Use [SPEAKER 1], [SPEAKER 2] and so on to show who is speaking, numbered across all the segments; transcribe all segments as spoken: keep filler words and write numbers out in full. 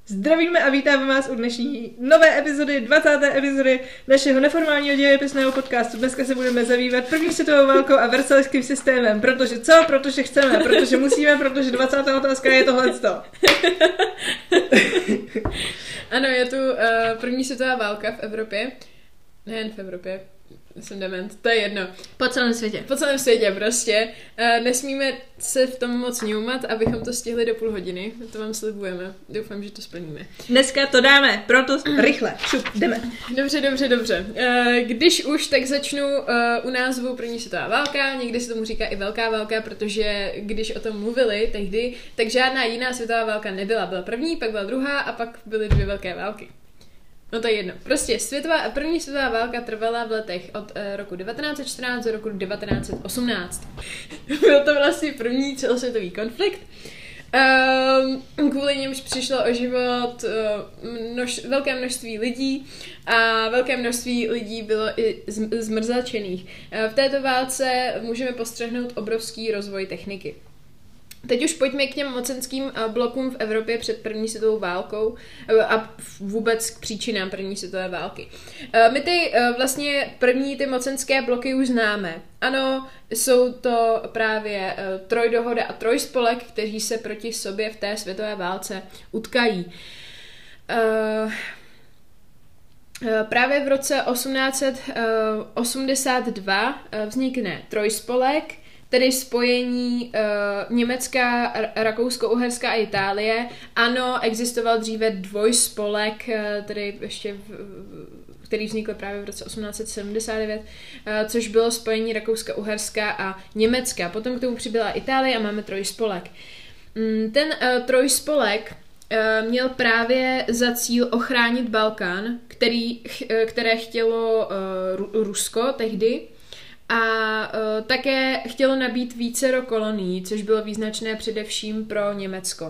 [SPEAKER 1] Zdravíme a vítáme vás u dnešní nové epizody, dvacáté epizody našeho neformálního dějepisného podcastu. Dneska se budeme zabývat první světovou válkou a versailleským systémem. Protože co? Protože chceme, protože musíme, protože dvacátá otázka je tohleto.
[SPEAKER 2] Ano, je tu uh, první světová válka v Evropě. Nejen v Evropě. Jsem dement, to je jedno.
[SPEAKER 1] Po celém světě.
[SPEAKER 2] Po celém světě prostě. Uh, nesmíme se v tom moc ňoumat, abychom to stihli do půl hodiny. To vám slibujeme. Doufám, že to splníme.
[SPEAKER 1] Dneska to dáme, proto rychle. Šup, jdeme.
[SPEAKER 2] Dobře, dobře, dobře. Uh, když už, tak začnu uh, u názvu první světová válka. Někdy se tomu říká i velká válka, protože když o tom mluvili tehdy, tak žádná jiná světová válka nebyla. Byla první, pak byla druhá a pak byly dvě velké války. No to je jedno. Prostě světová, první světová válka trvala v letech od uh, roku devatenáct set čtrnáct do roku devatenáct set osmnáct. Byl to vlastně první celosvětový konflikt. Um, kvůli němuž přišlo o život uh, množ, velké množství lidí a velké množství lidí bylo i zmrzačených. Uh, v této válce můžeme postřehnout obrovský rozvoj techniky. Teď už pojďme k těm mocenským blokům v Evropě před první světovou válkou a vůbec k příčinám první světové války. My ty vlastně první ty mocenské bloky už známe. Ano, jsou to právě trojdohoda a trojspolek, kteří se proti sobě v té světové válce utkají. Právě v roce osmnáct set osmdesát dva vznikne trojspolek, tedy spojení uh, Německa, Rakousko-Uherska a Itálie. Ano, existoval dříve dvojspolek, uh, tedy ještě v, který vznikl právě v roce osmnáct set sedmdesát devět, uh, což bylo spojení Rakouska-Uherska a Německa. Potom k tomu přibyla Itálie a máme trojspolek. Um, ten uh, trojspolek uh, měl právě za cíl ochránit Balkán, který, ch, které chtělo uh, Rusko tehdy, a uh, také chtělo nabít vícero kolonií, což bylo význačné především pro Německo.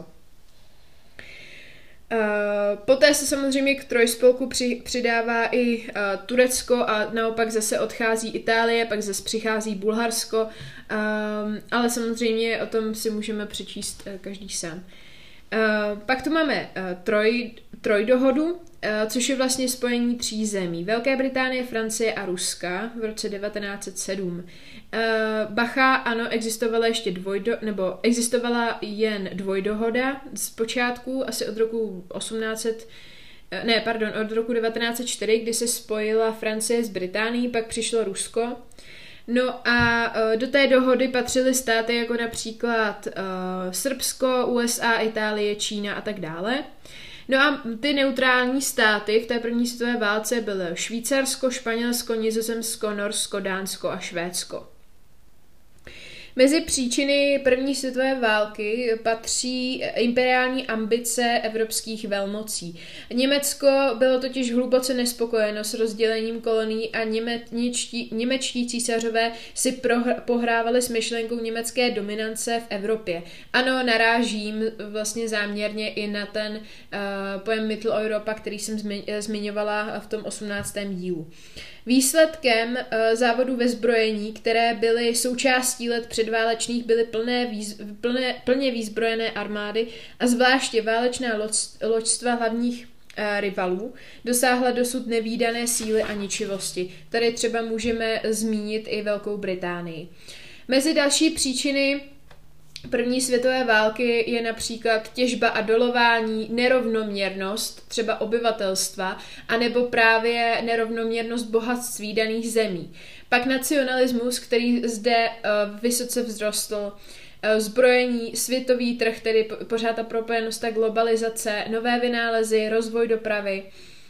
[SPEAKER 2] Uh, poté se samozřejmě k trojspolku při, přidává i uh, Turecko a naopak zase odchází Itálie, pak zase přichází Bulharsko, um, ale samozřejmě o tom si můžeme přečíst uh, každý sám. Uh, pak tu máme uh, troj, trojdohodu, uh, což je vlastně spojení tří zemí. Velké Británie, Francie a Ruska v roce devatenáct set sedm. Uh, bacha, ano, existovala ještě dvojdo, nebo existovala jen dvojdohoda z počátku, asi od roku osmnáct set, uh, ne, pardon, od roku devatenáct set čtyři, kdy se spojila Francie s Británií, pak přišlo Rusko. No a uh, do té dohody patřily státy jako například uh, Srbsko, U S A, Itálie, Čína a tak dále. No a ty neutrální státy v té první světové válce byly Švýcarsko, Španělsko, Nizozemsko, Norsko, Dánsko a Švédsko. Mezi příčiny první světové války patří imperiální ambice evropských velmocí. Německo bylo totiž hluboce nespokojeno s rozdělením kolonií a němečtí, němečtí císařové si prohr- pohrávali s myšlenkou německé dominance v Evropě. Ano, narážím vlastně záměrně i na ten uh, pojem Mitteleuropa, který jsem zmi- zmiňovala v tom osmnáctém dílu. Výsledkem uh, závodů ve zbrojení, které byly součástí let předválečných, byly plné výz, plné, plně výzbrojené armády a zvláště válečná loď, loďstva hlavních uh, rivalů dosáhla dosud nevídané síly a ničivosti. Tady třeba můžeme zmínit i Velkou Británii. Mezi další příčiny první světové války je například těžba a dolování, nerovnoměrnost třeba obyvatelstva, anebo právě nerovnoměrnost bohatství daných zemí. Pak nacionalismus, který zde uh, vysoce vzrostl, uh, zbrojení, světový trh, tedy pořád ta propojenost, ta globalizace, nové vynálezy, rozvoj dopravy,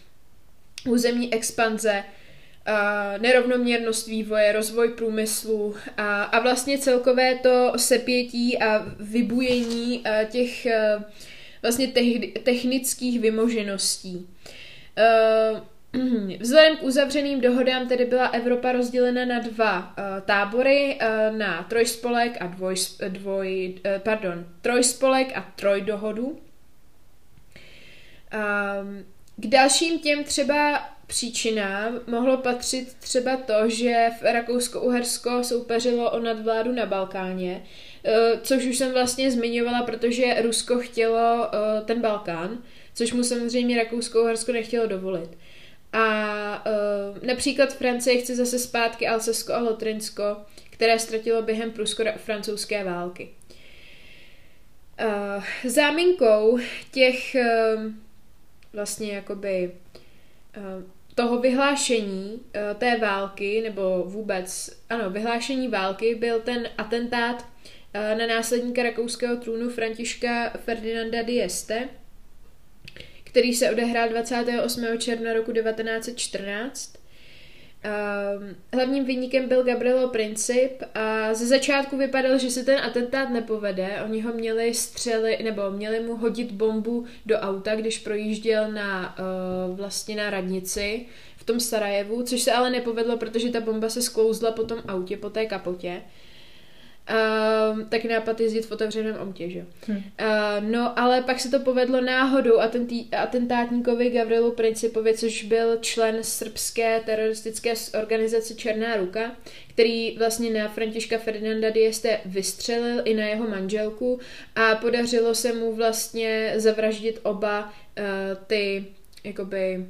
[SPEAKER 2] územní expanze, Uh, nerovnoměrnost vývoje, rozvoj průmyslu a, a vlastně celkové to sepětí a vybujení uh, těch uh, vlastně te- technických vymožeností. Uh, vzhledem k uzavřeným dohodám tedy byla Evropa rozdělena na dva uh, tábory, uh, na trojspolek a dvoj, dvoj, uh, pardon, trojspolek a trojdohodu. Uh, k dalším těm třeba příčinám mohlo patřit třeba to, že v Rakousko-Uhersko soupeřilo o nadvládu na Balkáně, což už jsem vlastně zmiňovala, protože Rusko chtělo ten Balkán, což mu samozřejmě Rakousko-Uhersko nechtělo dovolit. A uh, například Francie chce zase zpátky Alsasko a Lotrinsko, které ztratilo během prusko-francouzské války. Uh, záminkou těch uh, vlastně jakoby uh, toho vyhlášení uh, té války, nebo vůbec, ano, vyhlášení války byl ten atentát uh, na následníka rakouského trůnu Františka Ferdinanda d'Este, který se odehrál dvacátého osmého června roku devatenáct set čtrnáct. Um, hlavním viníkem byl Gabriello Princip a ze začátku vypadalo, že se ten atentát nepovede. Oni ho měli střeli, nebo měli mu hodit bombu do auta, když projížděl na, uh, vlastně na radnici v tom Sarajevu, což se ale nepovedlo, protože ta bomba se sklouzla po tom autě, po té kapotě. Uh, tak nápad jezdit v otevřeném autě, že? Hmm. Uh, no, ale pak se to povedlo náhodou atentí, atentátníkovi Gabrielu Principovi, což byl člen srbské teroristické organizace Černá ruka, který vlastně na Františka Ferdinanda d'Este vystřelil i na jeho manželku a podařilo se mu vlastně zavraždit oba uh, ty jakoby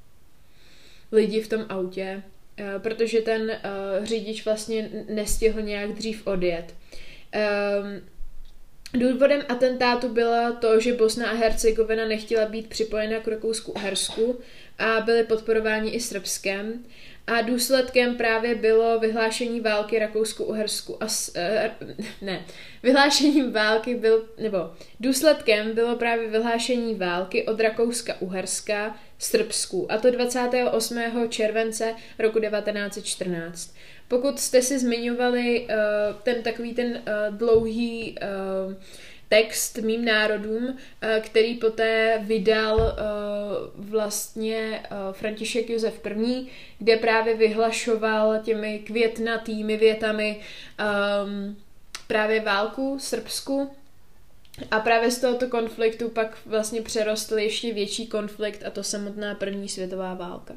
[SPEAKER 2] lidi v tom autě. Uh, protože ten uh, řidič vlastně nestihl nějak dřív odjet. Um, důvodem atentátu bylo to, že Bosna a Hercegovina nechtěla být připojena k Rakousku-Uhersku a byly podporováni i Srbskem. A důsledkem právě bylo vyhlášení války Rakousku-Uhersku a uh, ne, vyhlášením války byl, nebo důsledkem bylo právě vyhlášení války od Rakouska-Uherska Srbsku, a to dvacátého osmého července roku devatenáct set čtrnáct. Pokud jste si zmiňovali uh, ten takový ten uh, dlouhý uh, text Mým národům, uh, který poté vydal uh, vlastně uh, František Josef I., kde právě vyhlašoval těmi květnatými větami um, právě válku Srbsku. A právě z tohoto konfliktu pak vlastně přerostl ještě větší konflikt, a to samotná první světová válka.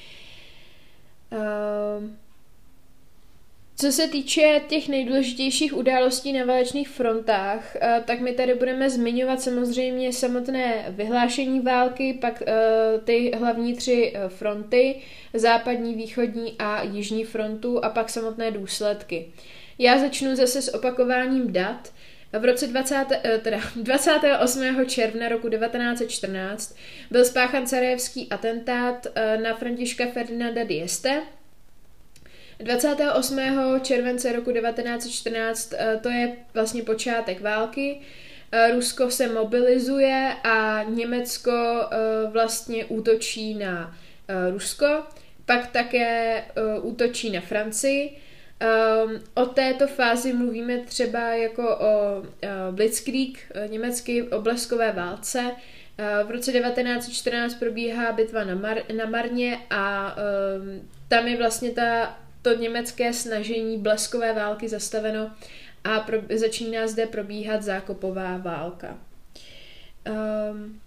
[SPEAKER 2] Uh, co se týče těch nejdůležitějších událostí na válečných frontách, uh, tak my tady budeme zmiňovat samozřejmě samotné vyhlášení války, pak uh, ty hlavní tři fronty, západní, východní a jižní frontu, a pak samotné důsledky. Já začnu zase s opakováním dat. V roce dvacátého, teda dvacátého osmého června roku devatenáct set čtrnáct byl spáchan sarajevský atentát na Františka Ferdinanda d'Este. dvacátého osmého července roku devatenáct set čtrnáct to je vlastně počátek války. Rusko se mobilizuje a Německo vlastně útočí na Rusko, pak také útočí na Francii. Um, o této fázi mluvíme třeba jako o uh, Blitzkrieg, uh, německy o bleskové válce. Uh, v roce devatenáct set čtrnáct probíhá bitva na, Mar- na Marně a um, tam je vlastně ta, to německé snažení bleskové války zastaveno a pro- začíná zde probíhat zákopová válka. Um,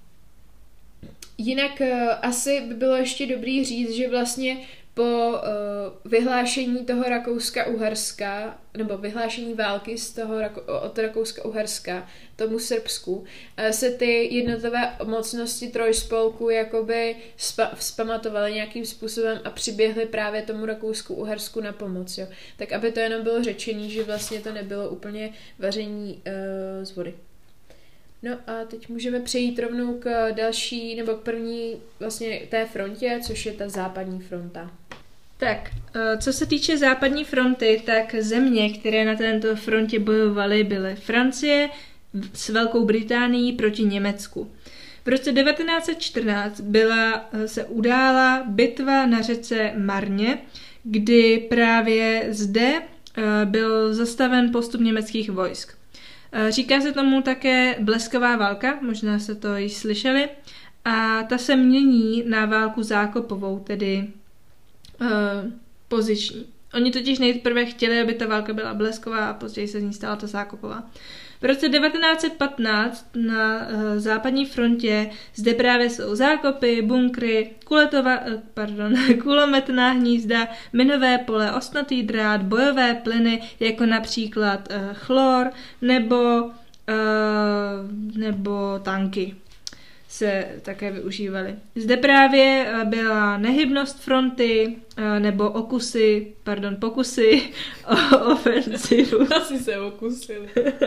[SPEAKER 2] jinak uh, asi by bylo ještě dobrý říct, že vlastně po uh, vyhlášení toho Rakouska-Uherska, nebo vyhlášení války z toho od Rakouska-Uherska tomu Srbsku, uh, se ty jednotlivé mocnosti trojspolku jakoby spa- vzpamatovaly nějakým způsobem a přiběhly právě tomu Rakousku-Uhersku na pomoc. Jo. Tak aby to jenom bylo řečení, že vlastně to nebylo úplně vaření uh, z vody. No a teď můžeme přejít rovnou k další, nebo k první vlastně té frontě, což je ta západní fronta.
[SPEAKER 1] Tak, co se týče západní fronty, tak země, které na této frontě bojovaly, byly Francie s Velkou Británií proti Německu. V roce devatenáct set čtrnáct byla, se udála bitva na řece Marně, kdy právě zde byl zastaven postup německých vojsk. Říká se tomu také blesková válka, možná se to již slyšeli, a ta se mění na válku zákopovou, tedy uh, poziční. Oni totiž nejprve chtěli, aby ta válka byla blesková a později se z ní stala ta zákopová. V roce devatenáct set patnáct na uh, západní frontě zde právě jsou zákopy, bunkry, kuletova, uh, pardon, kulometná hnízda, minové pole, ostnatý drát, bojové plyny, jako například uh, chlor nebo, uh, nebo tanky. se také využívaly. Zde právě byla nehybnost fronty nebo okusy, pardon, pokusy o ofenzivu.
[SPEAKER 2] Asi se okusili.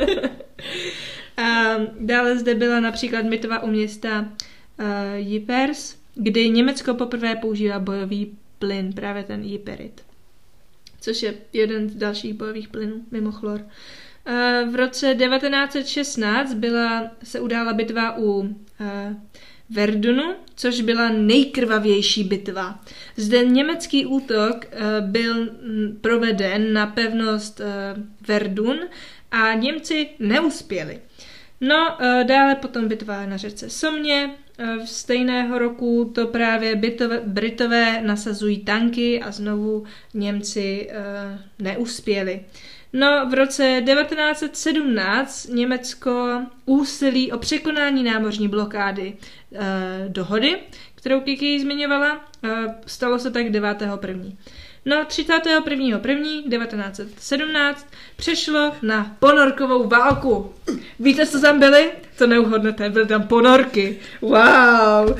[SPEAKER 1] A dále zde byla například bitva u města uh, Ypres, kdy Německo poprvé používá bojový plyn, právě ten Yperit, což je jeden z dalších bojových plynů mimo chlor. Uh, v roce devatenáct set šestnáct byla, se udála bitva u uh, Verdunu, což byla nejkrvavější bitva. Zde německý útok uh, byl proveden na pevnost uh, Verdun a Němci neuspěli. No, uh, dále potom bitva na řece Somě. Uh, stejného roku to právě Britové, Britové nasazují tanky a znovu Němci uh, neuspěli. No, v roce devatenáct set sedmnáct Německo úsilí o překonání námořní blokády e, dohody, kterou Kiki zmiňovala, e, stalo se tak devátého prvního No, třicátého prvního prvního devatenáct set sedmnáct přešlo na ponorkovou válku. Víte, co tam byly? To neuhodnete, byly tam ponorky. Wow!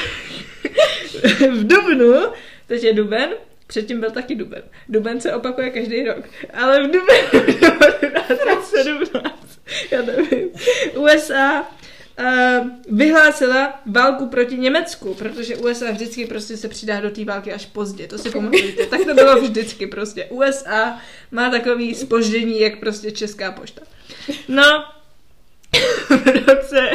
[SPEAKER 1] V dubnu, teď je duben, předtím byl taky duben. Duben se opakuje každý rok. Ale v dubnu devatenáct set sedmnáct, já nevím, U S A uh, vyhlásila válku proti Německu, protože U S A vždycky prostě se přidá do té války až pozdě. To si pamatujte. Tak to bylo vždycky prostě. U S A má takový zpoždění, jak prostě Česká pošta. No, v roce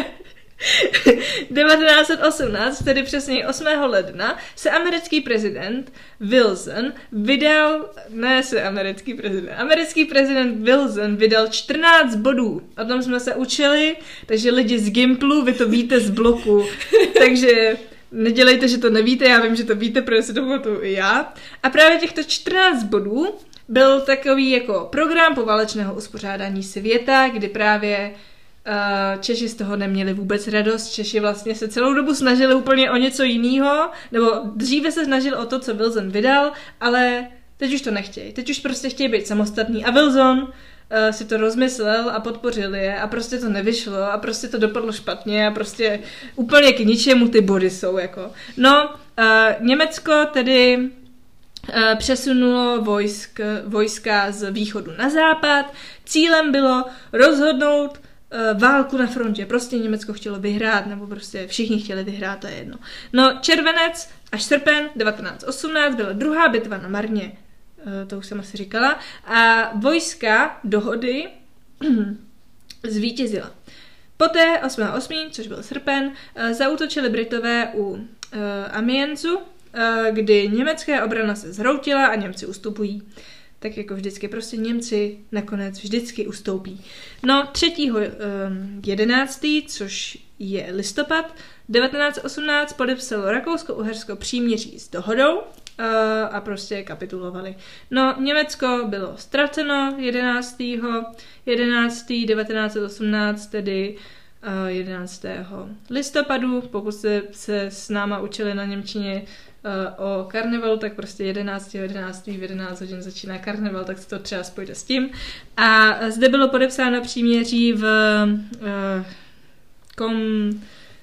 [SPEAKER 1] devatenáct set osmnáct, tedy přesně osmého ledna, se americký prezident Wilson vydal, ne se americký prezident, americký prezident Wilson vydal čtrnáct bodů. O tom jsme se učili, takže lidi z Gimplu, vy to víte z bloku, takže nedělejte, že to nevíte, já vím, že to víte, protože si to pamatuju i já. A právě těchto čtrnáct bodů byl takový jako program poválečného uspořádání světa, kdy právě Češi z toho neměli vůbec radost. Češi vlastně se celou dobu snažili úplně o něco jiného, nebo dříve se snažili o to, co Wilson vydal, ale teď už to nechtějí. Teď už prostě chtějí být samostatný. A Wilson uh, si to rozmyslel a podpořil je a prostě to nevyšlo a prostě to dopadlo špatně a prostě úplně k ničemu ty body jsou jako. No, uh, Německo tedy uh, přesunulo vojsk, vojska z východu na západ. Cílem bylo rozhodnout válku na frontě. Prostě Německo chtělo vyhrát, nebo prostě všichni chtěli vyhrát, to je jedno. No, červenec až srpen devatenáct set osmnáct byla druhá bitva na Marně, to už jsem asi říkala, a vojska dohody zvítězila. Poté osmého osmého což byl srpen, zaútočili Britové u Amiensu, kdy německá obrana se zhroutila a Němci ustupují. Tak jako vždycky, prostě Němci nakonec vždycky ustoupí. No, třetího jedenáctého což je listopad, devatenáct set osmnáct podepsalo Rakousko-Uhersko příměří s dohodou uh, a prostě kapitulovali. No, Německo bylo ztraceno jedenáctého jedenáctého devatenáct set osmnáct, tedy uh, jedenáctého listopadu, pokud se, se s náma učili na němčině o karnevalu, tak prostě jedenáctého jedenáctého v jedenáct hodin začíná karneval, tak se to třeba spojte s tím. A zde bylo podepsáno příměří v uh, Kompajne.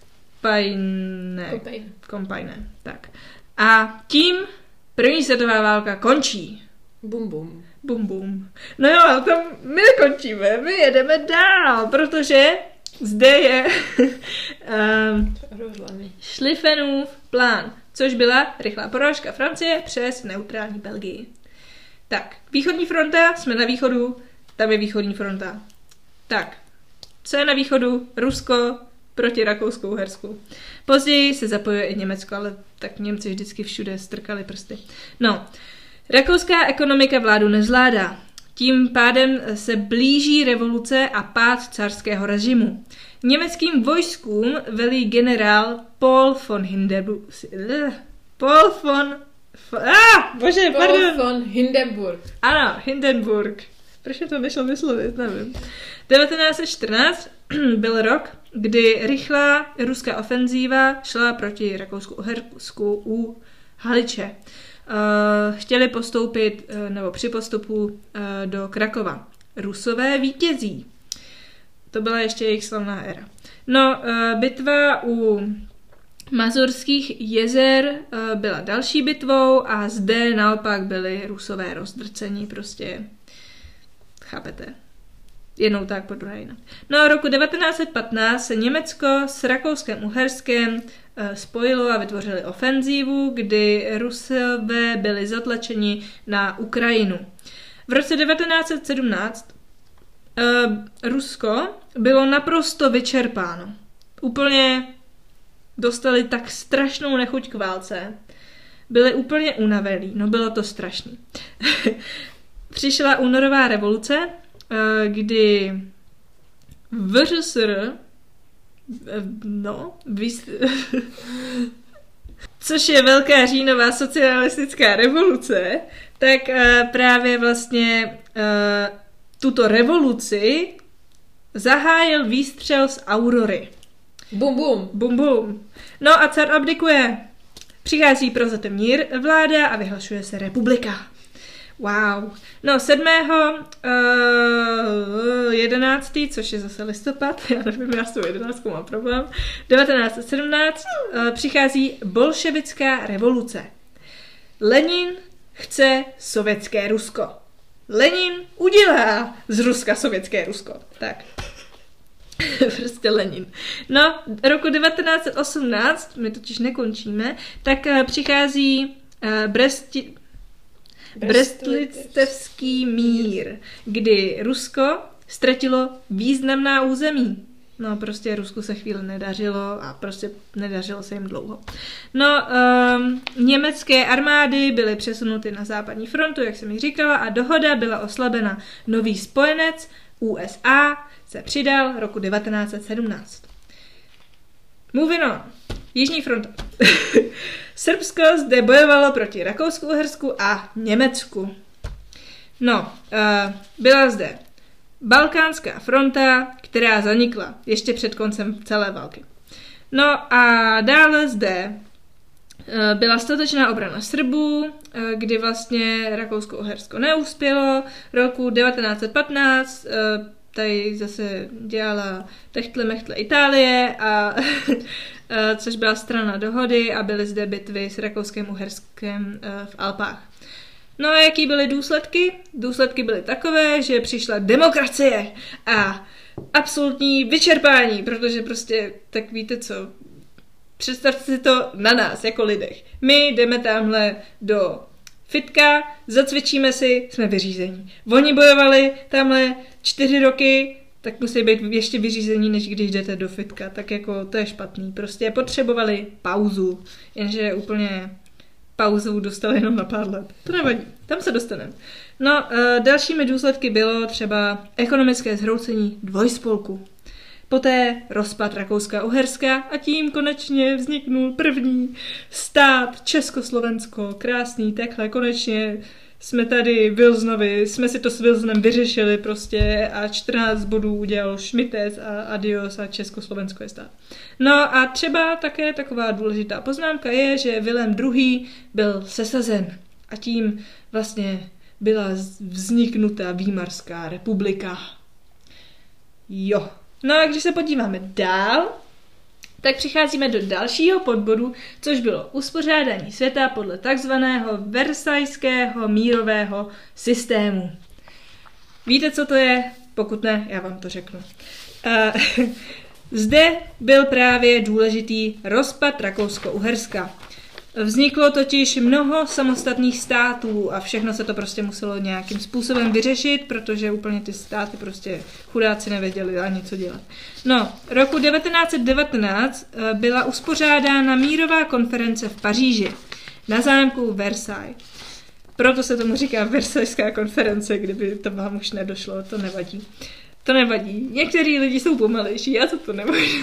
[SPEAKER 1] Kompajne. Tak. A tím první světová válka končí.
[SPEAKER 2] Bum bum.
[SPEAKER 1] Bum bum. No jo, ale tam my nekončíme, my jedeme dál, protože zde je um, Schlieffenův plán, což byla rychlá porážka Francie přes neutrální Belgii. Tak, východní fronta, jsme na východu, tam je východní fronta. Tak, co je na východu? Rusko proti Rakousku-Uhersku. Později se zapojuje i Německo, ale tak Němci vždycky všude strkali prsty. No, rakouská ekonomika vládu nezvládá. Tím pádem se blíží revoluce a pád carského režimu. Německým vojskům velí generál Paul von Hindenburg. Paul von... Ah, bože,
[SPEAKER 2] Paul
[SPEAKER 1] pardon.
[SPEAKER 2] von Hindenburg.
[SPEAKER 1] Ano, Hindenburg. Proč to nešlo vyslovit, nevím. devatenáct set čtrnáct byl rok, kdy rychlá ruská ofenzíva šla proti Rakousku-Uhersku u Haliče. Uh, chtěli postoupit, uh, nebo při postupu uh, do Krakova. Rusové vítězí. To byla ještě jejich slavná éra. No, bitva u Mazurských jezer byla další bitvou a zde naopak byli Rusové rozdrceni, prostě chápete. Jednou tak, po druhé jinak. No, roku devatenáct set patnáct se Německo s Rakouskem-Uherskem spojilo a vytvořili ofenzívu, kdy Rusové byli zatlačeni na Ukrajinu. V roce devatenáct set sedmnáct uh, Rusko bylo naprosto vyčerpáno. Úplně dostali tak strašnou nechuť k válce. Byli úplně unavelí, no bylo to strašný. Přišla únorová revoluce, uh, kdy V R S R no, vys... což je Velká říjnová socialistická revoluce, tak uh, právě vlastně uh, tuto revoluci zahájil výstřel z Aurory.
[SPEAKER 2] Bum bum.
[SPEAKER 1] Bum bum. No a car abdikuje. Přichází prozatímní vláda a vyhlašuje se republika. Wow. No, sedmého jedenáctého což je zase listopad, já nevím, já s tou jedenáctkou mám problém, devatenáct set sedmnáct uh, přichází bolševická revoluce. Lenin chce sovětské Rusko. Lenin udělá z Ruska sovětské Rusko. Tak. Prostě Lenin. No, roku devatenáct set osmnáct, my totiž nekončíme, tak uh, přichází uh, Bresti... Brest-Litevský mír, kdy Rusko ztratilo významná území. No, prostě Rusku se chvíli nedařilo a prostě nedařilo se jim dlouho. No, um, německé armády byly přesunuty na západní frontu, jak jsem ji říkala, a dohoda byla oslabena. Nový spojenec U S A se přidal roku devatenáct set sedmnáct. Moving on. Jižní fronta. Srbsko zde bojovalo proti Rakousku-Uhersku a Německu. No, uh, byla zde Balkánská fronta, která zanikla ještě před koncem celé války. No a dále zde uh, byla statečná obrana Srbů, uh, kdy vlastně Rakousko-Uhersko neuspělo. Roku devatenáct set patnáct uh, tady zase dělala techtle mechtle Itálie, a což byla strana dohody a byly zde bitvy s Rakouskem Uherskem v Alpách. No a jaký byly důsledky? Důsledky byly takové, že přišla demokracie a absolutní vyčerpání, protože prostě, tak víte co, představte si to na nás, jako lidech. My jdeme tamhle do fitka, zacvičíme si, jsme vyřízení. Oni bojovali tamhle čtyři roky, tak musí být ještě vyřízení, než když jdete do fitka. Tak jako to je špatný. Prostě potřebovali pauzu, jenže úplně pauzu dostali jenom na pár let. To nevadí, tam se dostaneme. No, e, dalšími důsledky bylo třeba ekonomické zhroucení dvojspolku. Poté rozpad Rakouska-Uherska a tím konečně vzniknul první stát Československo. Krásný, takhle konečně jsme tady Vilznovi, jsme si to s Vilznem vyřešili prostě a čtrnáct bodů udělal Šmitec a adios a Československo je stát. No a třeba také taková důležitá poznámka je, že Vilém druhý. byl sesazen a tím vlastně byla vzniknutá Výmarská republika. Jo. No a když se podíváme dál, tak přicházíme do dalšího podbodu, což bylo uspořádání světa podle takzvaného Versajského mírového systému. Víte, co to je? Pokud ne, já vám to řeknu. Uh, zde byl právě důležitý rozpad Rakousko-Uherska. Vzniklo totiž mnoho samostatných států a všechno se to prostě muselo nějakým způsobem vyřešit, protože úplně ty státy prostě chudáci nevěděli ani co dělat. No, roku devatenáct set devatenáct byla uspořádána mírová konference v Paříži na zámku Versailles. Proto se tomu říká Versajská konference, kdyby to vám už nedošlo, to nevadí. To nevadí. Některý lidi jsou pomalejší, já to to nevadí.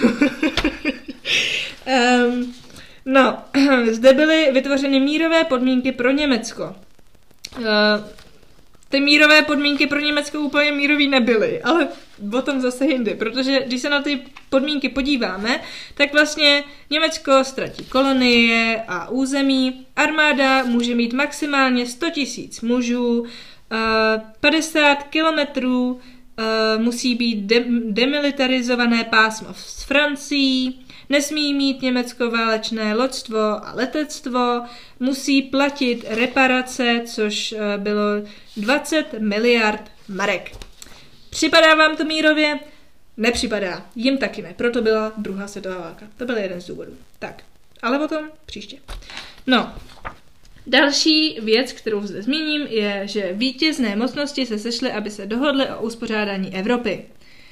[SPEAKER 1] um, No, zde byly vytvořeny mírové podmínky pro Německo. Uh, ty mírové podmínky pro Německo úplně mírový nebyly, ale o tom zase jindy, protože když se na ty podmínky podíváme, tak vlastně Německo ztratí kolonie a území, armáda může mít maximálně sto tisíc mužů, uh, padesát kilometrů musí být de- demilitarizované pásmo s Francií, nesmí mít Německo válečné loďstvo a letectvo, musí platit reparace, což bylo dvacet miliard marek. Připadá vám to mírově? Nepřipadá. Jim taky ne. Proto byla druhá světová válka. To byl jeden z důvodů. Tak, ale o tom příště. No, další věc, kterou zde zmíním, je, že vítězné mocnosti se sešly, aby se dohodly o uspořádání Evropy.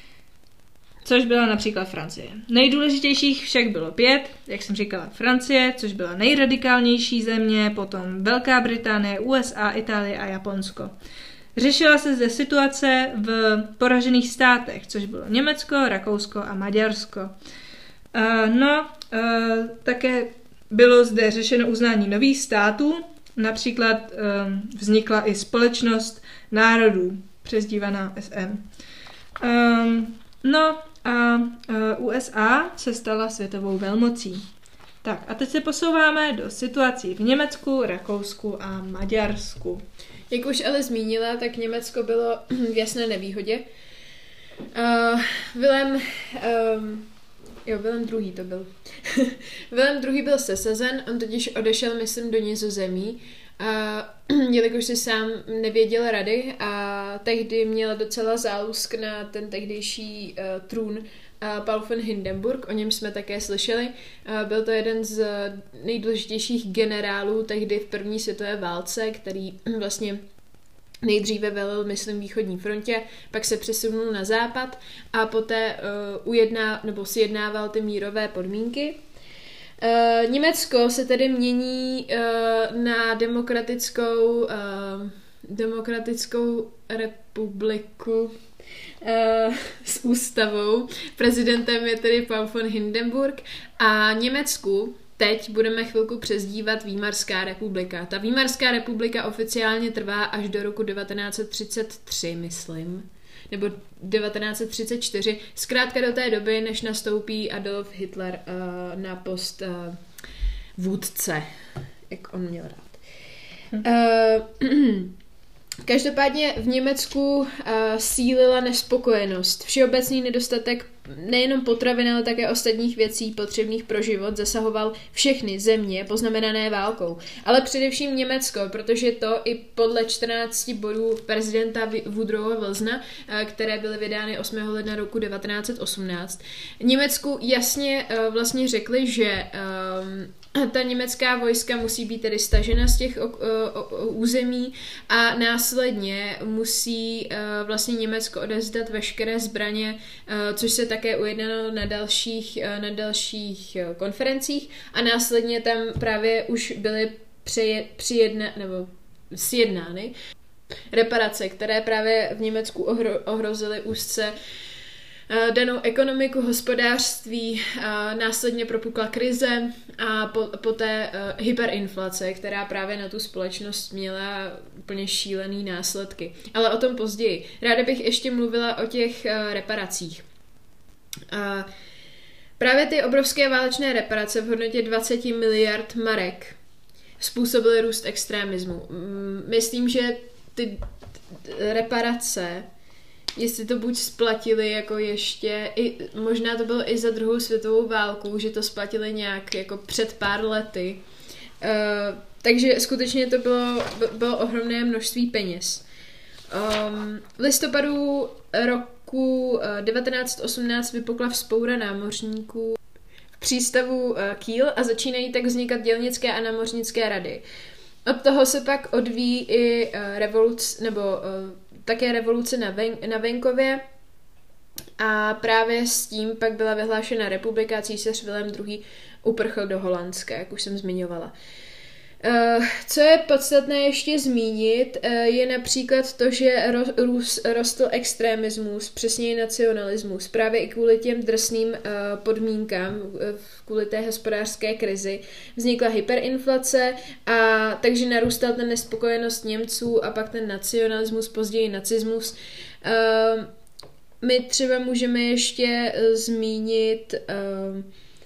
[SPEAKER 1] Což byla například Francie. Nejdůležitějších však bylo pět, jak jsem říkala Francie, což byla nejradikálnější země, potom Velká Británie, U S A, Itálie a Japonsko. Řešila se zde situace v poražených státech, což bylo Německo, Rakousko a Maďarsko. Uh, no, uh, také bylo zde řešeno uznání nových států, například um, vznikla i společnost národů, přezdívaná S N. Um, no a uh, U S A se stala světovou velmocí. Tak a teď se posouváme do situací v Německu, Rakousku a Maďarsku.
[SPEAKER 2] Jak už ale zmínila, tak Německo bylo v jasné nevýhodě. Uh, Vilém... Um, Jo, Vilém druhý to byl. Vilém druhý byl sesazen, on totiž odešel, myslím, do Nizozemí, a jelikož si sám nevěděl rady a tehdy měl docela zálusk na ten tehdejší uh, trůn uh, Paul von Hindenburg, o něm jsme také slyšeli. Uh, byl to jeden z nejdůležitějších generálů tehdy v první světové válce, který vlastně nejdříve velil, myslím, východní frontě, pak se přesunul na západ a poté uh, ujedná, nebo sjednával ty mírové podmínky. Uh, Německo se tedy mění uh, na demokratickou, uh, demokratickou republiku uh, s ústavou. Prezidentem je tedy Paul von Hindenburg a Německu teď budeme chvilku přezdívat Výmarská republika. Ta Výmarská republika oficiálně trvá až do roku devatenáct set třicet tři, myslím, nebo devatenáct set třicet čtyři, zkrátka do té doby, než nastoupí Adolf Hitler uh, na post uh, vůdce, jak on měl rád. Hm. Uh, Každopádně v Německu uh, sílila nespokojenost. Všeobecný nedostatek nejenom potravin, ale také ostatních věcí potřebných pro život zasahoval všechny země poznamenané válkou. Ale především Německo, protože to i podle čtrnácti bodů prezidenta Woodrowa Wilsona, uh, které byly vydány osmého ledna roku devatenáct set osmnáct, Německu jasně uh, vlastně řekli, že um, ta německá vojska musí být tedy stažena z těch o, o, o, území a následně musí uh, vlastně Německo odevzdat veškeré zbraně, uh, což se také ujednalo na dalších, uh, na dalších uh, konferencích a následně tam právě už byly přeje, přijedna, nebo sjednány reparace, které právě v Německu ohro, ohrozily úzce danou ekonomiku, hospodářství, následně propukla krize a po, poté hyperinflace, která právě na tu společnost měla úplně šílený následky. Ale o tom později. Ráda bych ještě mluvila o těch reparacích. Právě ty obrovské válečné reparace v hodnotě dvacet miliard marek způsobily růst extremismu. Myslím, že ty reparace, jestli to buď splatili jako ještě, i, možná to bylo i za druhou světovou válku, že to splatili nějak jako před pár lety. Uh, takže skutečně to bylo, bylo ohromné množství peněz. Um, v listopadu roku uh, devatenáct set osmnáct vypukla vzpoura námořníků v přístavu uh, Kiel a začínají tak vznikat dělnické a námořnické rady. Od toho se pak odvíjí i uh, revoluce, nebo uh, také revoluce na, ven, na venkově a právě s tím pak byla vyhlášena republika a císař Vilém druhý uprchl do Holandska, jak už jsem zmiňovala. Uh, co je podstatné ještě zmínit, uh, je například to, že ro, růs, rostl extremismus, přesněji nacionalismus, právě i kvůli těm drsným uh, podmínkám, uh, kvůli té hospodářské krizi. Vznikla hyperinflace a takže narůstal ten nespokojenost Němců a pak ten nacionalismus, později nacismus. Uh, my třeba můžeme ještě uh, zmínit uh,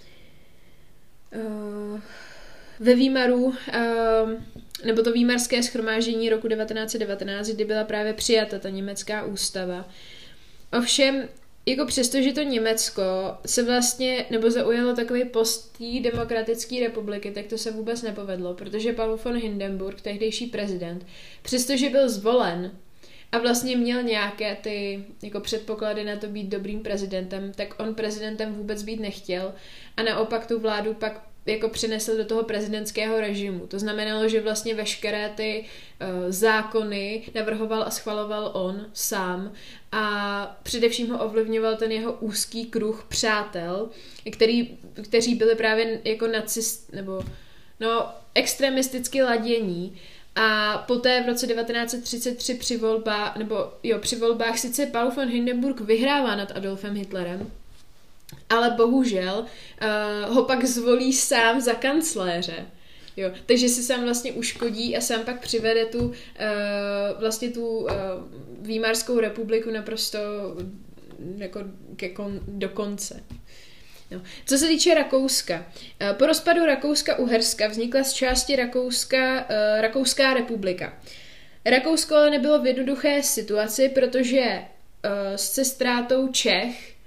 [SPEAKER 2] uh, ve Výmaru, nebo to Výmarské shromáždění roku devatenáct set devatenáct, kdy byla právě přijata ta německá ústava. Ovšem, jako přesto, že to Německo se vlastně, nebo zaujalo takový post té demokratické republiky, tak to se vůbec nepovedlo, protože Paul von Hindenburg, tehdejší prezident, přestože byl zvolen a vlastně měl nějaké ty jako předpoklady na to být dobrým prezidentem, tak on prezidentem vůbec být nechtěl a naopak tu vládu pak jako přinesl do toho prezidentského režimu. To znamenalo, že vlastně veškeré ty uh, zákony navrhoval a schvaloval on sám a především ho ovlivňoval ten jeho úzký kruh přátel, který, kteří byli právě jako nacist, nebo no, extremisticky ladění. A poté v roce devatenáct set třicet tři při volbách, nebo jo, při volbách sice Paul von Hindenburg vyhrává nad Adolfem Hitlerem, ale bohužel uh, ho pak zvolí sám za kancléře. Jo, takže si sám vlastně uškodí a sám pak přivede tu uh, vlastně tu uh, Výmarskou republiku naprosto jako ke kon, do konce. No. Co se týče Rakouska. Po rozpadu Rakouska-Uherska vznikla z části Rakouska uh, Rakouská republika. Rakousko ale nebylo v jednoduché situaci, protože uh, se ztrátou Čech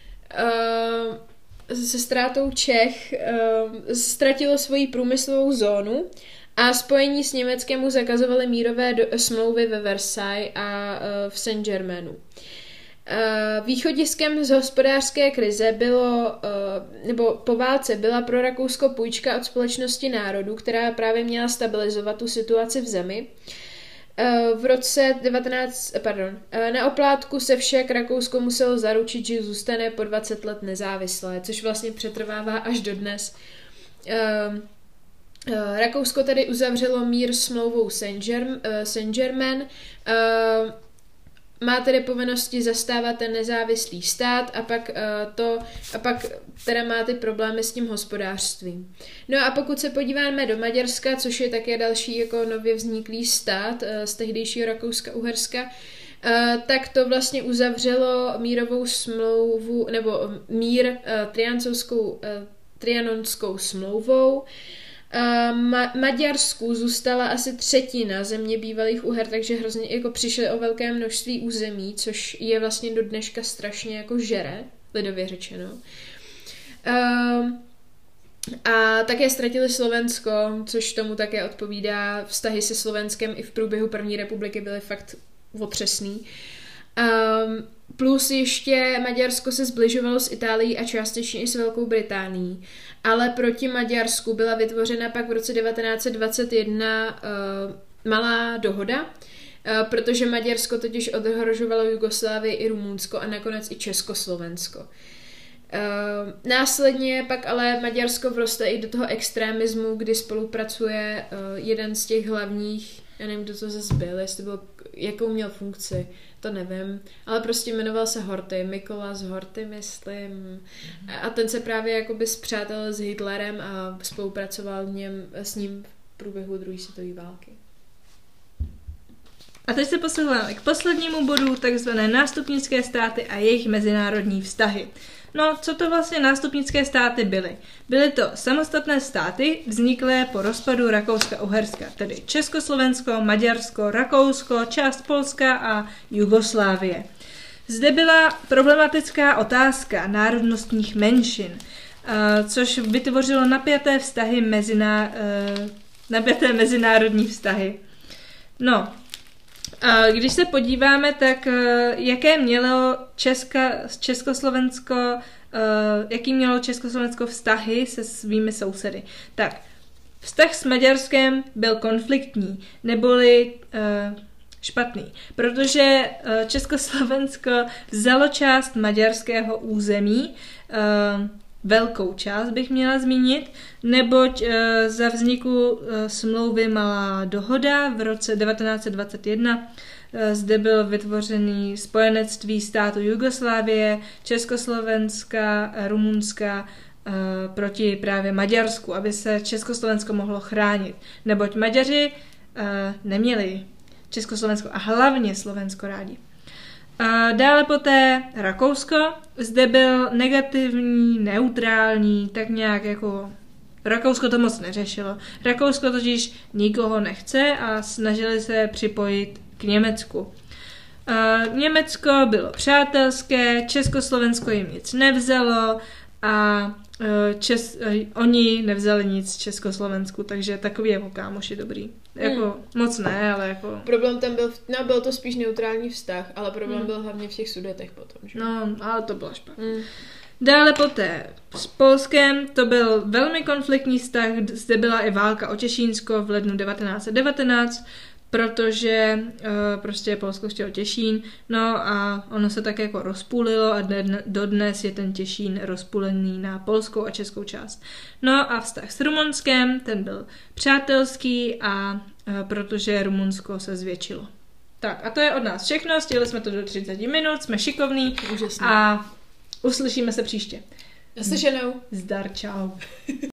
[SPEAKER 2] uh, se ztrátou Čech uh, ztratilo svoji průmyslovou zónu a spojení s Německem mu zakazovaly mírové do, smlouvy ve Versailles a uh, v Saint-Germainu. Uh, východiskem z hospodářské krize bylo, uh, nebo po válce byla pro Rakousko půjčka od Společnosti národů, která právě měla stabilizovat tu situaci v zemi. Uh, v roce devatenáct, pardon, uh, na oplátku se však Rakousko muselo zaručit, že zůstane po dvacet let nezávislé, což vlastně přetrvává až dodnes. Uh, uh, Rakousko tedy uzavřelo mír smlouvou Saint-Germain, uh, má tedy povinnosti zastávat ten nezávislý stát a pak uh, to a pak teda má ty problémy s tím hospodářstvím. No a pokud se podíváme do Maďarska, což je také další jako nově vzniklý stát uh, z tehdejšího Rakouska-Uherska, uh, tak to vlastně uzavřelo mírovou smlouvu nebo mír uh, triansovskou uh, trianonskou smlouvou. Ma- Maďarsku zůstala asi třetina země bývalých Uher, takže hrozně jako přišly o velké množství území, což je vlastně do dneška strašně jako žere, lidově řečeno. Um, a také ztratili Slovensko, což tomu také odpovídá. Vztahy se Slovenskem i v průběhu první republiky byly fakt otřesný. Um, plus ještě Maďarsko se zbližovalo s Itálií a částečně i s Velkou Británií. Ale proti Maďarsku byla vytvořena pak v roce devatenáct set dvacet jedna uh, malá dohoda, uh, protože Maďarsko totiž odhrožovalo Jugoslávii i Rumunsko a nakonec i Československo. Uh, následně pak ale Maďarsko vroste i do toho extremismu, kdy spolupracuje uh, jeden z těch hlavních, já nevím, kdo to zase byl, jestli byl, jakou měl funkci, to nevím, ale prostě jmenoval se Horthy, Mikolas Horthy, myslím. A ten se právě jakoby spřátelil s Hitlerem a spolupracoval něm, s ním v průběhu druhé světové války.
[SPEAKER 1] A teď se posouváme k poslednímu bodu, takzvané nástupnické státy a jejich mezinárodní vztahy. No, co to vlastně nástupnické státy byly? Byly to samostatné státy vzniklé po rozpadu Rakouska-Uherska, tedy Československo, Maďarsko, Rakousko, část Polska a Jugoslávie. Zde byla problematická otázka národnostních menšin, což vytvořilo napjaté vztahy meziná, napjaté mezinárodní vztahy. No, když se podíváme, tak jaké mělo Česka, Československo, jaký mělo Československo vztahy se svými sousedy. Tak, vztah s Maďarskem byl konfliktní, neboli špatný, protože Československo vzalo část maďarského území, velkou část bych měla zmínit, neboť e, za vzniku e, smlouvy Malá dohoda v roce devatenáct set dvacet jedna e, zde byl vytvořený spojenectví státu Jugoslávie, Československa, Rumunska e, proti právě Maďarsku, aby se Československo mohlo chránit, neboť Maďaři e, neměli Československo a hlavně Slovensko rádi. A dále poté Rakousko, zde byl negativní, neutrální, tak nějak jako Rakousko to moc neřešilo. Rakousko totiž nikoho nechce a snažili se připojit k Německu. Uh, Německo bylo přátelské, Československo jim nic nevzalo a uh, Čes, uh, oni nevzali nic Československu, takže takový jako kámoš je dobrý. Jako hmm. moc ne, ale jako...
[SPEAKER 2] Problém tam byl, no byl to spíš neutrální vztah, ale problém hmm. byl hlavně v těch Sudetech potom, že?
[SPEAKER 1] No, ale to bylo špatně.
[SPEAKER 2] Hmm.
[SPEAKER 1] Dále poté s Polskem to byl velmi konfliktní vztah, zde byla i válka o Těšínsko v lednu devatenáct set devatenáct, protože uh, prostě Polsko chtělo Těšín, no a ono se tak jako rozpůlilo a dodnes je ten Těšín rozpůlený na polskou a českou část. No a vztah s Rumunskem, ten byl přátelský a uh, protože Rumunsko se zvětšilo. Tak a to je od nás všechno, stihli jsme to do třicet minut, jsme šikovní.
[SPEAKER 2] Úžasný.
[SPEAKER 1] A uslyšíme se příště.
[SPEAKER 2] Naslyšenou.
[SPEAKER 1] Zdar, čau.